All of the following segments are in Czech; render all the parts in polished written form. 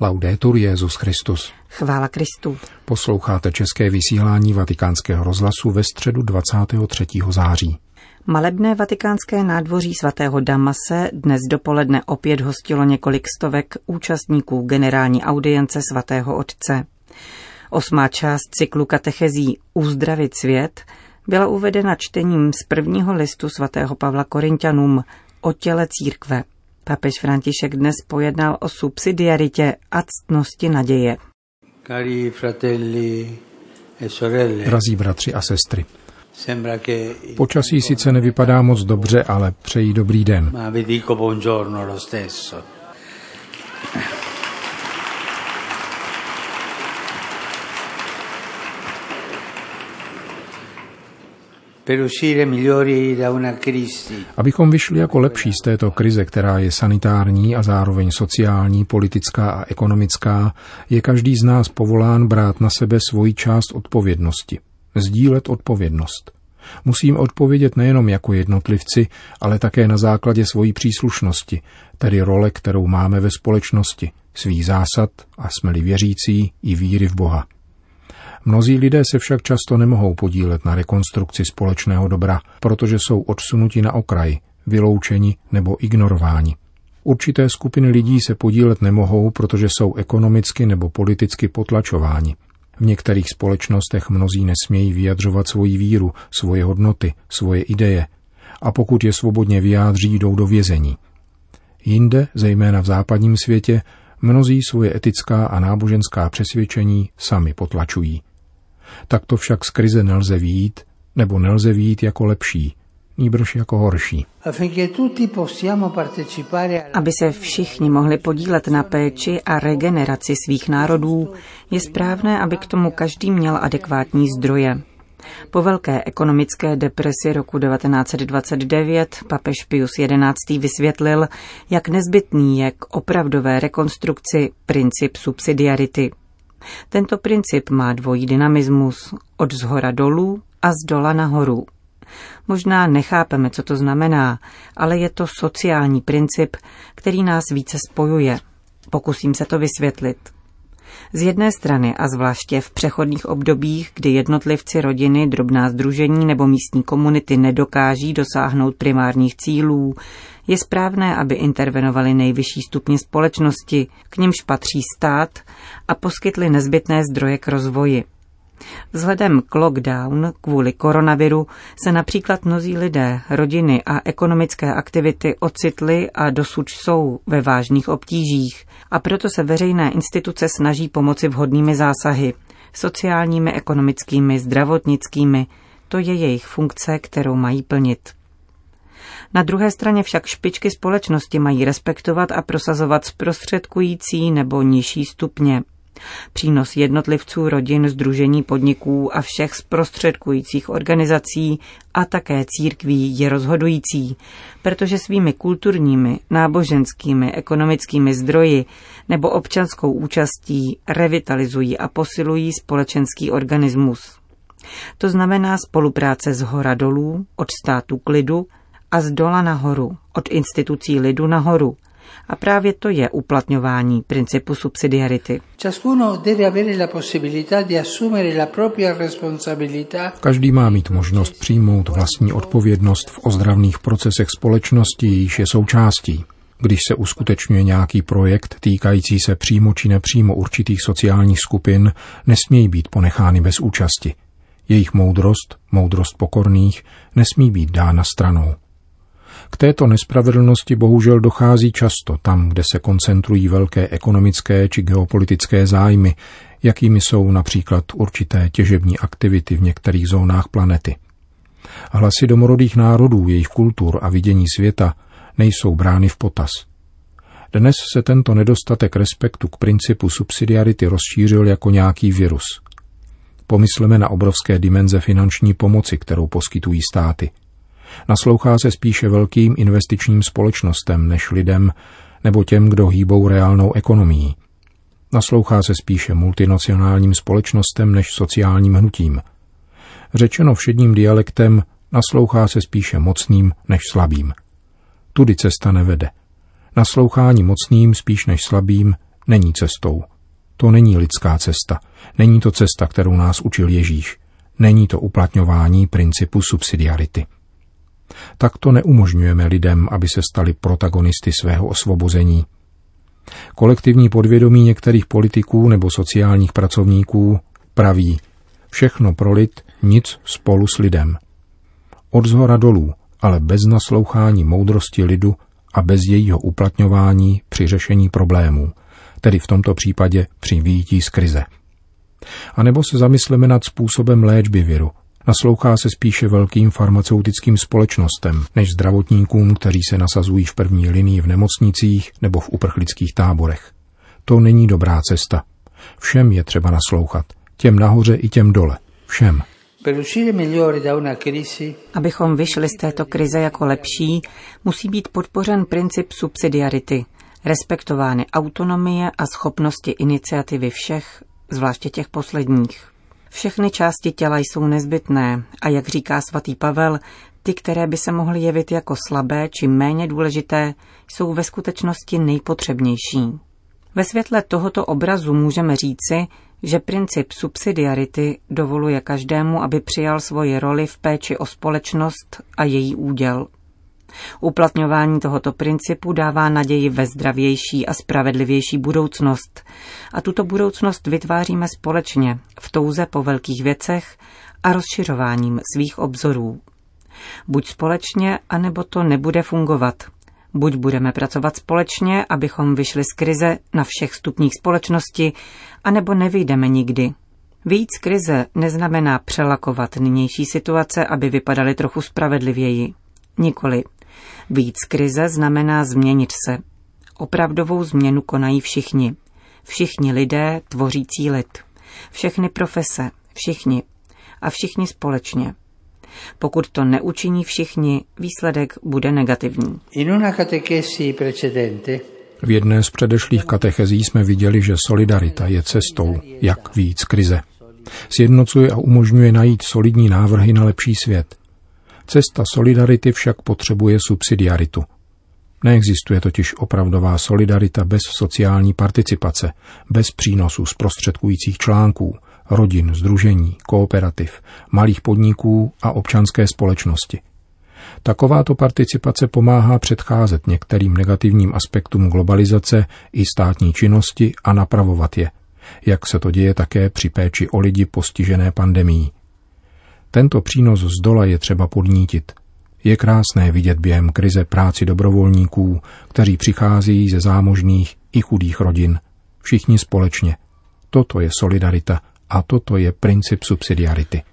Laudetur Jesus Christus. Chvála Kristu. Posloucháte české vysílání Vatikánského rozhlasu ve středu 23. září. Malebné vatikánské nádvoří svatého Damase dnes dopoledne opět hostilo několik stovek účastníků generální audience svatého otce. 8. část cyklu katechezí Uzdravit svět byla uvedena čtením z prvního listu svatého Pavla Korinťanům o těle církve. Papež František dnes pojednal o subsidiaritě a ctnosti naděje. Cari fratelli e sorelle. Drazí bratři a sestry. Počasí sice nevypadá moc dobře, ale přeji dobrý den. Ma vi dico buongiorno lo stesso. Abychom vyšli jako lepší z této krize, která je sanitární a zároveň sociální, politická a ekonomická, je každý z nás povolán brát na sebe svoji část odpovědnosti. Sdílet odpovědnost. Musíme odpovědět nejenom jako jednotlivci, ale také na základě svojí příslušnosti, tedy role, kterou máme ve společnosti, svých zásad a jsme-li věřící i víry v Boha. Mnozí lidé se však často nemohou podílet na rekonstrukci společného dobra, protože jsou odsunuti na okraj, vyloučeni nebo ignorováni. Určité skupiny lidí se podílet nemohou, protože jsou ekonomicky nebo politicky potlačováni. V některých společnostech mnozí nesmějí vyjadřovat svoji víru, svoje hodnoty, svoje ideje a pokud je svobodně vyjádří, jdou do vězení. Jinde, zejména v západním světě, mnozí svoje etická a náboženská přesvědčení sami potlačují. Takto však z krize nelze vyjít, nebo nelze vyjít jako lepší, nýbrž jako horší. Aby se všichni mohli podílet na péči a regeneraci svých národů, je správné, aby k tomu každý měl adekvátní zdroje. Po velké ekonomické depresi roku 1929 papež Pius XI. Vysvětlil, jak nezbytný je k opravdové rekonstrukci princip subsidiarity. Tento princip má dvojí dynamismus, od zhora dolů a zdola nahoru. Možná nechápeme, co to znamená, ale je to sociální princip, který nás více spojuje. Pokusím se to vysvětlit. Z jedné strany a zvláště v přechodných obdobích, kdy jednotlivci, rodiny, drobná sdružení nebo místní komunity nedokáží dosáhnout primárních cílů, je správné, aby intervenovali nejvyšší stupně společnosti, k nimž patří stát, a poskytli nezbytné zdroje k rozvoji. Vzhledem k lockdown kvůli koronaviru se například mnozí lidé, rodiny a ekonomické aktivity ocitly a dosud jsou ve vážných obtížích a proto se veřejné instituce snaží pomoci vhodnými zásahy, sociálními, ekonomickými, zdravotnickými, to je jejich funkce, kterou mají plnit. Na druhé straně však špičky společnosti mají respektovat a prosazovat zprostředkující nebo nižší stupně. Přínos jednotlivců, rodin, sdružení, podniků a všech zprostředkujících organizací a také církví je rozhodující, protože svými kulturními, náboženskými, ekonomickými zdroji nebo občanskou účastí revitalizují a posilují společenský organismus. To znamená spolupráce zhora dolů, od státu k lidu, a zdola nahoru, od institucí lidu nahoru. A právě to je uplatňování principu subsidiarity. Každý má mít možnost přijmout vlastní odpovědnost v ozdravných procesech společnosti, jejíž je součástí. Když se uskutečňuje nějaký projekt týkající se přímo či nepřímo určitých sociálních skupin, nesmějí být ponechány bez účasti. Jejich moudrost pokorných, nesmí být dána stranou. K této nespravedlnosti bohužel dochází často tam, kde se koncentrují velké ekonomické či geopolitické zájmy, jakými jsou například určité těžební aktivity v některých zónách planety. Hlasy domorodých národů, jejich kultur a vidění světa nejsou brány v potaz. Dnes se tento nedostatek respektu k principu subsidiarity rozšířil jako nějaký virus. Pomysleme na obrovské dimenze finanční pomoci, kterou poskytují státy. Naslouchá se spíše velkým investičním společnostem než lidem nebo těm, kdo hýbou reálnou ekonomií. Naslouchá se spíše multinacionálním společnostem než sociálním hnutím. Řečeno všedním dialektem, naslouchá se spíše mocným než slabým. Tudy cesta nevede. Naslouchání mocným spíš než slabým není cestou. To není lidská cesta. Není to cesta, kterou nás učil Ježíš. Není to uplatňování principu subsidiarity. Takto neumožňujeme lidem, aby se stali protagonisty svého osvobození. Kolektivní podvědomí některých politiků nebo sociálních pracovníků praví: všechno pro lid, nic spolu s lidem. Od zhora dolů, ale bez naslouchání moudrosti lidu a bez jejího uplatňování při řešení problémů, tedy v tomto případě při vyjití z krize. A nebo se zamysleme nad způsobem léčby viru. Naslouchá se spíše velkým farmaceutickým společnostem, než zdravotníkům, kteří se nasazují v první linii v nemocnicích nebo v uprchlických táborech. To není dobrá cesta. Všem je třeba naslouchat. Těm nahoře i těm dole. Všem. Abychom vyšli z této krize jako lepší, musí být podpořen princip subsidiarity, respektovány autonomie a schopnosti iniciativy všech, zvláště těch posledních. Všechny části těla jsou nezbytné a jak říká svatý Pavel, ty, které by se mohly jevit jako slabé či méně důležité, jsou ve skutečnosti nejpotřebnější. Ve světle tohoto obrazu můžeme říci, že princip subsidiarity dovoluje každému, aby přijal svoji roli v péči o společnost a její úděl. Uplatňování tohoto principu dává naději ve zdravější a spravedlivější budoucnost. A tuto budoucnost vytváříme společně, v touze po velkých věcech a rozšiřováním svých obzorů. Buď společně, anebo to nebude fungovat. Buď budeme pracovat společně, abychom vyšli z krize na všech stupních společnosti, anebo nevyjdeme nikdy. Vyjít z krize neznamená přelakovat nynější situace, aby vypadaly trochu spravedlivěji. Nikoli. Vyjít z krize znamená změnit se. Opravdovou změnu konají všichni. Všichni lidé tvořící lid. Všechny profese. Všichni. A všichni společně. Pokud to neučiní všichni, výsledek bude negativní. V jedné z předešlých katechezí jsme viděli, že solidarita je cestou, jak vyjít z krize. Sjednocuje a umožňuje najít solidní návrhy na lepší svět. Cesta solidarity však potřebuje subsidiaritu. Neexistuje totiž opravdová solidarita bez sociální participace, bez přínosu zprostředkujících článků, rodin, sdružení, kooperativ, malých podniků a občanské společnosti. Takováto participace pomáhá předcházet některým negativním aspektům globalizace i státní činnosti a napravovat je, jak se to děje také při péči o lidi postižené pandemií. Tento přínos zdola je třeba podnítit. Je krásné vidět během krize práci dobrovolníků, kteří přicházejí ze zámožných i chudých rodin. Všichni společně. Toto je solidarita a toto je princip subsidiarity.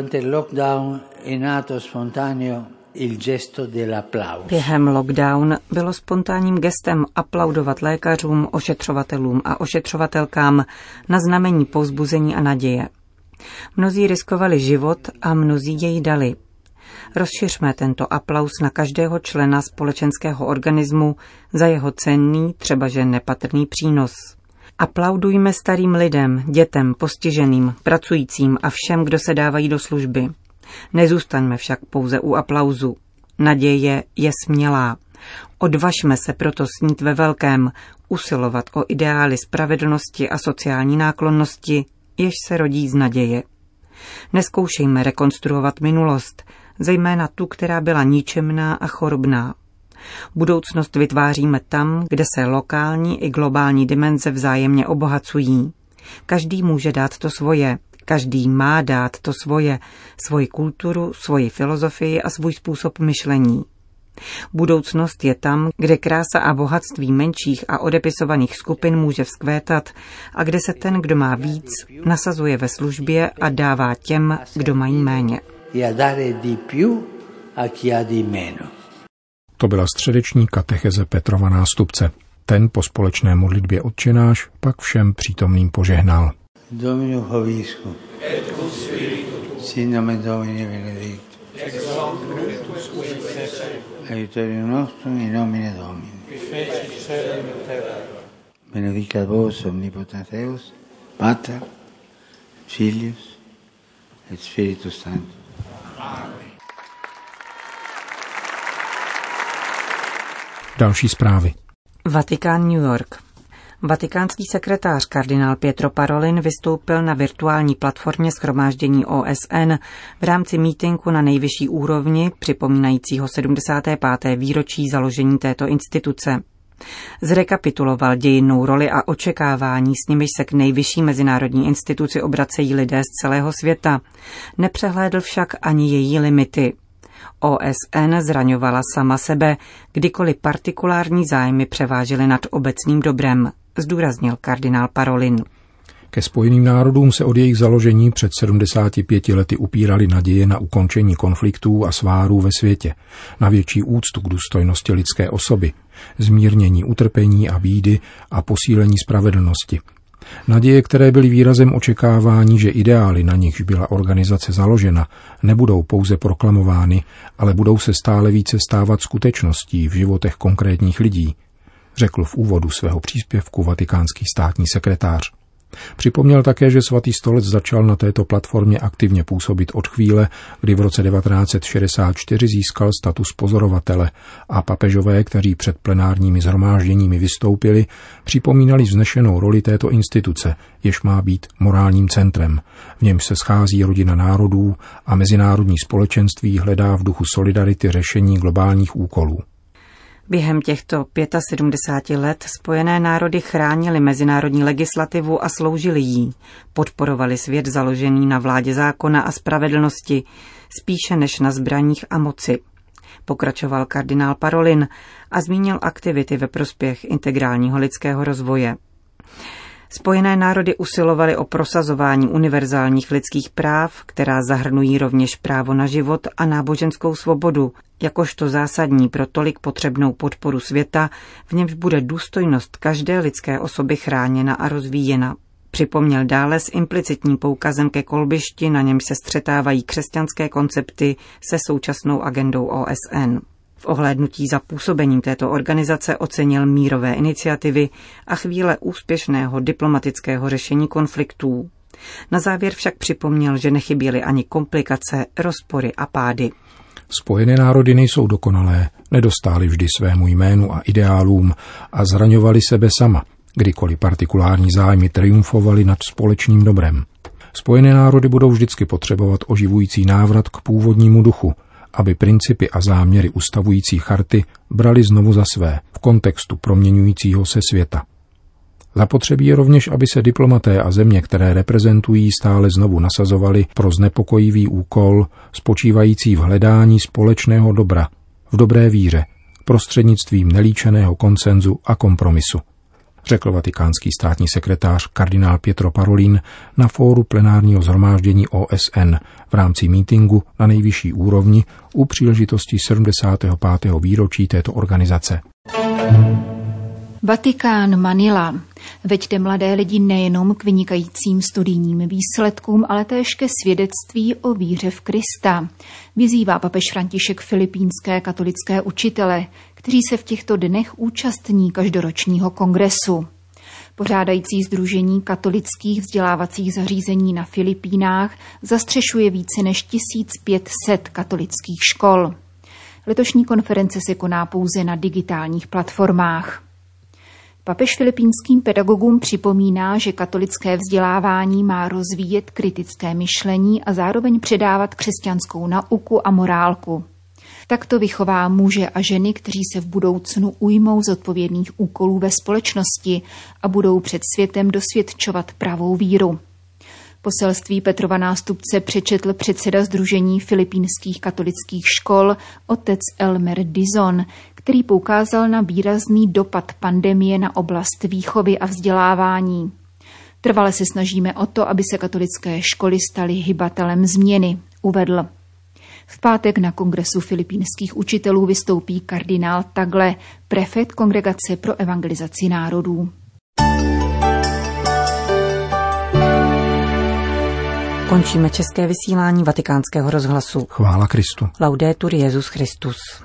Během lockdown bylo spontánním gestem aplaudovat lékařům, ošetřovatelům a ošetřovatelkám na znamení povzbuzení a naděje. Mnozí riskovali život a mnozí jej dali. Rozšiřme tento aplaus na každého člena společenského organismu za jeho cenný, třebaže nepatrný přínos. Aplaudujme starým lidem, dětem, postiženým, pracujícím a všem, kdo se dávají do služby. Nezůstaňme však pouze u aplauzu. Naděje je smělá. Odvažme se proto snít ve velkém, usilovat o ideály spravedlnosti a sociální náklonnosti, jež se rodí z naděje. Neskoušejme rekonstruovat minulost, zejména tu, která byla ničemná a chorobná. Budoucnost vytváříme tam, kde se lokální i globální dimenze vzájemně obohacují. Každý může dát to svoje, každý má dát to svoje, svoji kulturu, svoji filozofii a svůj způsob myšlení. Budoucnost je tam, kde krása a bohatství menších a odepisovaných skupin může vzkvétat a kde se ten, kdo má víc, nasazuje ve službě a dává těm, kdo mají méně. To byla středeční katecheze Petrova nástupce. Ten po společné modlitbě Otčenáš pak všem přítomným požehnal. Domino Hoviscum, et cum spiritu, sin nomen Domini benedictum, ex hoc nunc et usque seculum, aiuterium nostrum in nomine Domini, qui feci caelum et terra. Benedicat vos omnipotens Deus, Pater, Filius et Spiritus Sanctus. Amen. Další zprávy. Vatikán, New York. Vatikánský sekretář kardinál Pietro Parolin vystoupil na virtuální platformě shromáždění OSN v rámci mítinku na nejvyšší úrovni připomínajícího 75. výročí založení této instituce. Zrekapituloval dějinnou roli a očekávání, s nimiž se k nejvyšší mezinárodní instituci obracejí lidé z celého světa. Nepřehlédl však ani její limity. OSN zraňovala sama sebe, kdykoliv partikulární zájmy převážily nad obecným dobrem, zdůraznil kardinál Parolin. Ke Spojeným národům se od jejich založení před 75 lety upíraly naděje na ukončení konfliktů a svárů ve světě, na větší úctu k důstojnosti lidské osoby, zmírnění utrpení a bídy a posílení spravedlnosti. Naděje, které byly výrazem očekávání, že ideály, na nichž byla organizace založena, nebudou pouze proklamovány, ale budou se stále více stávat skutečností v životech konkrétních lidí, řekl v úvodu svého příspěvku vatikánský státní sekretář. Připomněl také, že Svatý stolec začal na této platformě aktivně působit od chvíle, kdy v roce 1964 získal status pozorovatele a papežové, kteří před plenárními shromážděními vystoupili, připomínali vznešenou roli této instituce, jež má být morálním centrem. V němž se schází rodina národů a mezinárodní společenství hledá v duchu solidarity řešení globálních úkolů. Během těchto 75 let Spojené národy chránily mezinárodní legislativu a sloužily jí. Podporovali svět založený na vládě zákona a spravedlnosti, spíše než na zbraních a moci. Pokračoval kardinál Parolin a zmínil aktivity ve prospěch integrálního lidského rozvoje. Spojené národy usilovaly o prosazování univerzálních lidských práv, která zahrnují rovněž právo na život a náboženskou svobodu, jakožto zásadní pro tolik potřebnou podporu světa, v němž bude důstojnost každé lidské osoby chráněna a rozvíjena. Připomněl dále s implicitním poukazem ke kolbišti, na němž se střetávají křesťanské koncepty se současnou agendou OSN. V ohlédnutí za působením této organizace ocenil mírové iniciativy a chvíle úspěšného diplomatického řešení konfliktů. Na závěr však připomněl, že nechyběly ani komplikace, rozpory a pády. Spojené národy nejsou dokonalé, nedostály vždy svému jménu a ideálům a zraňovali sebe sama, kdykoliv partikulární zájmy triumfovaly nad společným dobrem. Spojené národy budou vždycky potřebovat oživující návrat k původnímu duchu, aby principy a záměry ustavující charty brali znovu za své v kontextu proměňujícího se světa. Zapotřebí je rovněž, aby se diplomaté a země, které reprezentují, stále znovu nasazovali pro znepokojivý úkol spočívající v hledání společného dobra, v dobré víře, prostřednictvím nelíčeného konsenzu a kompromisu, řekl vatikánský státní sekretář kardinál Pietro Parolin na fóru plenárního shromáždění OSN v rámci mítinku na nejvyšší úrovni u příležitosti 75. výročí této organizace. Vatikán, Manila. Veďte mladé lidi nejenom k vynikajícím studijním výsledkům, ale též ke svědectví o víře v Krista. Vyzývá papež František filipínské katolické učitele, kteří se v těchto dnech účastní každoročního kongresu. Pořádající sdružení katolických vzdělávacích zařízení na Filipínách zastřešuje více než 1500 katolických škol. Letošní konference se koná pouze na digitálních platformách. Papež filipínským pedagogům připomíná, že katolické vzdělávání má rozvíjet kritické myšlení a zároveň předávat křesťanskou nauku a morálku. Takto vychová muže a ženy, kteří se v budoucnu ujmou zodpovědných úkolů ve společnosti a budou před světem dosvědčovat pravou víru. Poselství Petrova nástupce přečetl předseda Sdružení filipínských katolických škol otec Elmer Dizon, který poukázal na výrazný dopad pandemie na oblast výchovy a vzdělávání. Trvale se snažíme o to, aby se katolické školy staly hybatelem změny, uvedl. V pátek na kongresu filipínských učitelů vystoupí kardinál Tagle, prefekt Kongregace pro evangelizaci národů. Končíme české vysílání Vatikánského rozhlasu. Chvála Kristu. Laudetur Jesus Christus.